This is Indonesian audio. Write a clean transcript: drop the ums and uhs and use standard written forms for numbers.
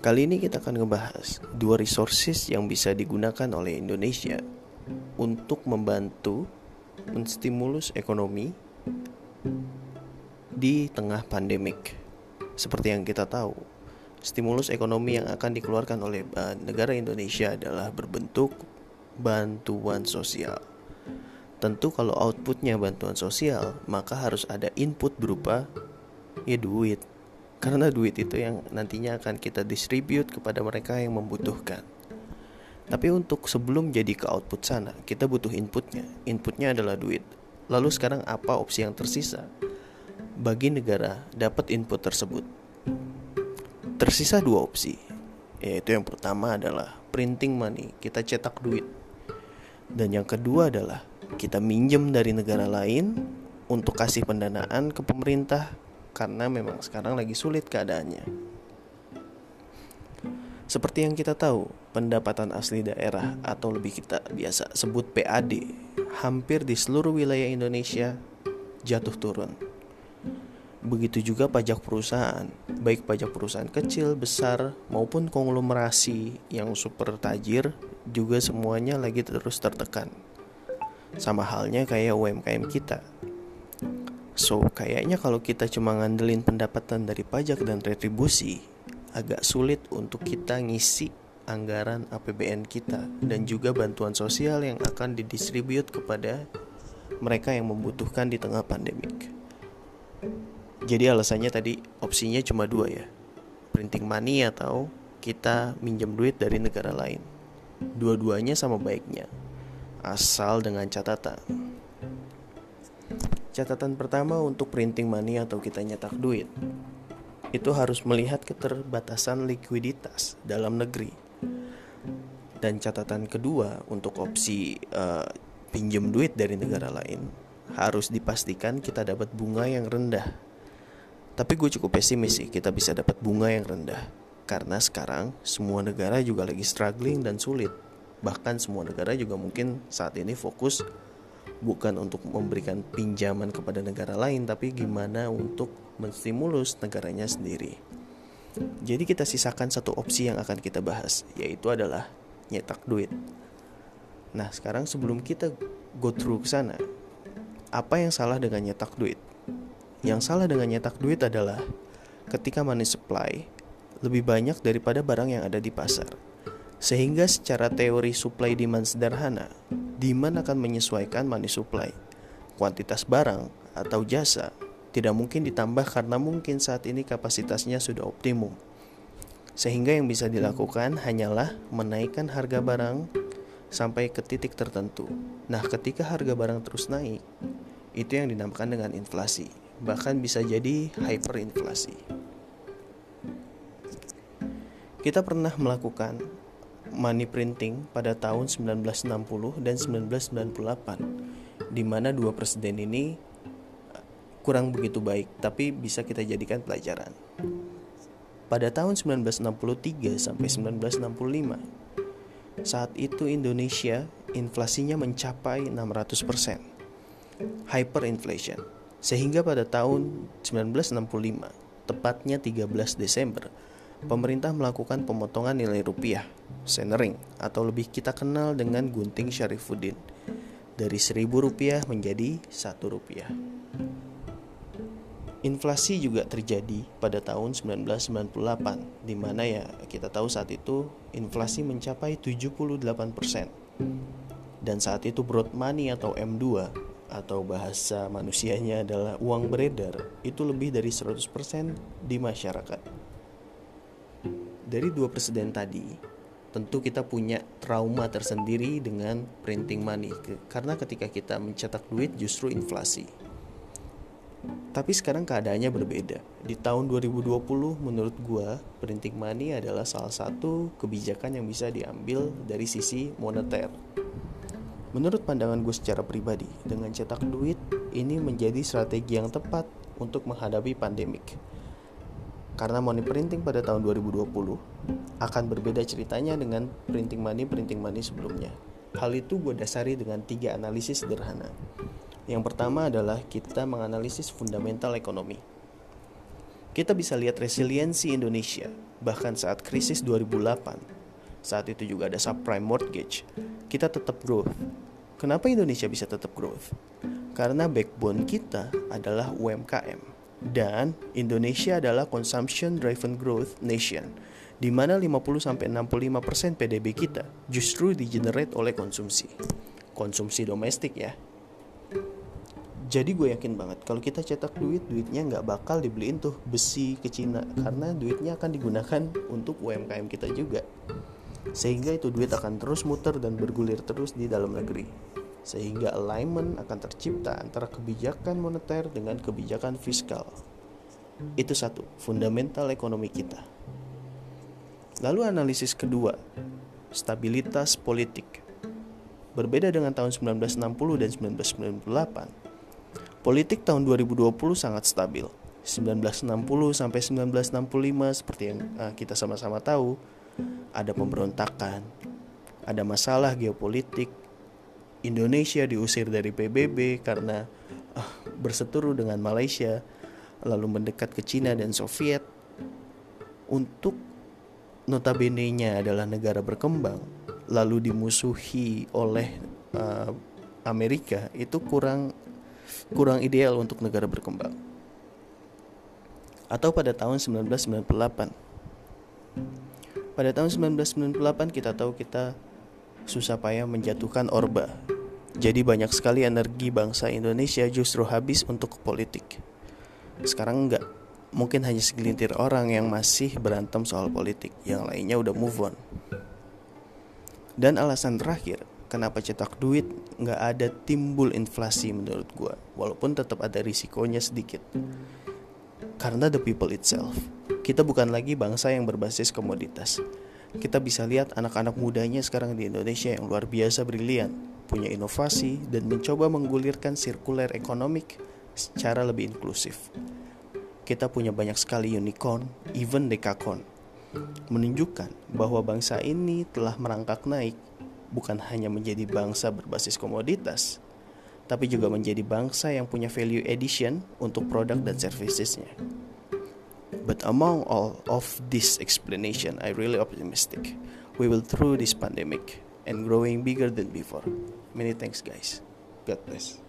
Kali ini kita akan ngebahas dua resources yang bisa digunakan oleh Indonesia untuk membantu menstimulus ekonomi di tengah pandemik. Seperti yang kita tahu, stimulus ekonomi yang akan dikeluarkan oleh negara Indonesia adalah berbentuk bantuan sosial. Tentu kalau outputnya bantuan sosial, maka harus ada input berupa duit. Karena duit itu yang nantinya akan kita distribute kepada mereka yang membutuhkan. Tapi untuk sebelum jadi ke output sana, kita butuh inputnya. Inputnya adalah duit. Lalu sekarang apa opsi yang tersisa bagi negara dapat input tersebut? Tersisa dua opsi, yaitu yang pertama adalah printing money, kita cetak duit. Dan yang kedua adalah kita minjem dari negara lain untuk kasih pendanaan ke pemerintah, karena memang sekarang lagi sulit keadaannya. Seperti yang kita tahu, pendapatan asli daerah atau lebih kita biasa sebut PAD hampir di seluruh wilayah Indonesia jatuh turun. Begitu juga pajak perusahaan, baik pajak perusahaan kecil, besar, maupun konglomerasi yang super tajir, juga semuanya lagi terus tertekan. Sama halnya kayak UMKM kita. So, kayaknya kalau kita cuma ngandelin pendapatan dari pajak dan retribusi, agak sulit untuk kita ngisi anggaran APBN kita dan juga bantuan sosial yang akan didistribute kepada mereka yang membutuhkan di tengah pandemik. Jadi alasannya tadi opsinya cuma dua ya, printing money atau kita minjem duit dari negara lain. Dua-duanya sama baiknya, asal dengan catatan. Catatan pertama untuk printing money atau kita nyetak duit, itu harus melihat keterbatasan likuiditas dalam negeri. Dan catatan kedua untuk opsi pinjam duit dari negara lain, harus dipastikan kita dapat bunga yang rendah. Tapi gue cukup pesimis sih kita bisa dapat bunga yang rendah, karena sekarang semua negara juga lagi struggling dan sulit. Bahkan semua negara juga mungkin saat ini fokus bukan untuk memberikan pinjaman kepada negara lain, tapi gimana untuk menstimulus negaranya sendiri. Jadi kita sisakan satu opsi yang akan kita bahas, yaitu adalah nyetak duit. Nah, sekarang sebelum kita go through ke sana, apa yang salah dengan nyetak duit? Yang salah dengan nyetak duit adalah ketika money supply lebih banyak daripada barang yang ada di pasar. Sehingga secara teori supply demand sederhana, demand akan menyesuaikan money supply. Kuantitas barang atau jasa tidak mungkin ditambah karena mungkin saat ini kapasitasnya sudah optimum. Sehingga yang bisa dilakukan hanyalah menaikkan harga barang sampai ke titik tertentu. Nah, ketika harga barang terus naik, itu yang dinamakan dengan inflasi. Bahkan bisa jadi hyperinflasi. Kita pernah melakukan money printing pada tahun 1960 dan 1998, di mana dua presiden ini kurang begitu baik, tapi bisa kita jadikan pelajaran. Pada tahun 1963 sampai 1965, saat itu Indonesia inflasinya mencapai 600%, hyperinflation. Sehingga pada tahun 1965, tepatnya 13 Desember, pemerintah melakukan pemotongan nilai rupiah, centering, atau lebih kita kenal dengan gunting Syarifuddin, dari Rp1.000 menjadi Rp1. Inflasi juga terjadi pada tahun 1998, di mana ya kita tahu saat itu inflasi mencapai 78%. Dan saat itu broad money atau M2, atau bahasa manusianya adalah uang beredar, itu lebih dari 100% di masyarakat. Dari dua presiden tadi, tentu kita punya trauma tersendiri dengan printing money, karena ketika kita mencetak duit justru inflasi. Tapi sekarang keadaannya berbeda. Di tahun 2020 menurut gua, printing money adalah salah satu kebijakan yang bisa diambil dari sisi moneter. Menurut pandangan gue secara pribadi, dengan cetak duit ini menjadi strategi yang tepat untuk menghadapi pandemik. Karena money printing pada tahun 2020 akan berbeda ceritanya dengan printing money sebelumnya. Hal itu gue dasari dengan 3 analisis sederhana. Yang pertama adalah kita menganalisis fundamental ekonomi. Kita bisa lihat resiliensi Indonesia bahkan saat krisis 2008. Saat itu juga ada subprime mortgage. Kita tetap growth. Kenapa Indonesia bisa tetap growth? Karena backbone kita adalah UMKM. Dan Indonesia adalah consumption driven growth nation, di mana 50-65% PDB kita justru di-generate oleh konsumsi domestik ya. Jadi gue yakin banget kalau kita cetak duitnya nggak bakal dibeliin tuh besi ke Cina, karena duitnya akan digunakan untuk UMKM kita juga. Sehingga itu duit akan terus muter dan bergulir terus di dalam negeri. Sehingga alignment akan tercipta antara kebijakan moneter dengan kebijakan fiskal. Itu satu, fundamental ekonomi kita. Lalu analisis kedua, stabilitas politik. Berbeda dengan tahun 1960 dan 1998, politik tahun 2020 sangat stabil. 1960 sampai 1965 seperti yang kita sama-sama tahu, ada pemberontakan, ada masalah geopolitik. Indonesia diusir dari PBB karena berseteru dengan Malaysia, lalu mendekat ke Cina dan Soviet. Untuk notabene-nya adalah negara berkembang, lalu dimusuhi oleh Amerika, itu kurang ideal untuk negara berkembang. Atau pada tahun 1998. Pada tahun 1998 kita tahu kita susah payah menjatuhkan Orba. Jadi banyak sekali energi bangsa Indonesia justru habis untuk politik. Sekarang enggak. Mungkin hanya segelintir orang yang masih berantem soal politik, yang lainnya udah move on. Dan alasan terakhir, kenapa cetak duit nggak ada timbul inflasi menurut gue, walaupun tetap ada risikonya sedikit. Karena the people itself. Kita bukan lagi bangsa yang berbasis komoditas. Kita bisa lihat anak-anak mudanya sekarang di Indonesia yang luar biasa brilian, punya inovasi dan mencoba menggulirkan sirkuler ekonomik secara lebih inklusif. Kita punya banyak sekali unicorn, even dekakorn, menunjukkan bahwa bangsa ini telah merangkak naik, bukan hanya menjadi bangsa berbasis komoditas, tapi juga menjadi bangsa yang punya value addition untuk produk dan servicesnya. But among all of this explanation, I really optimistic we will through this pandemic and growing bigger than before. Many thanks guys. God bless.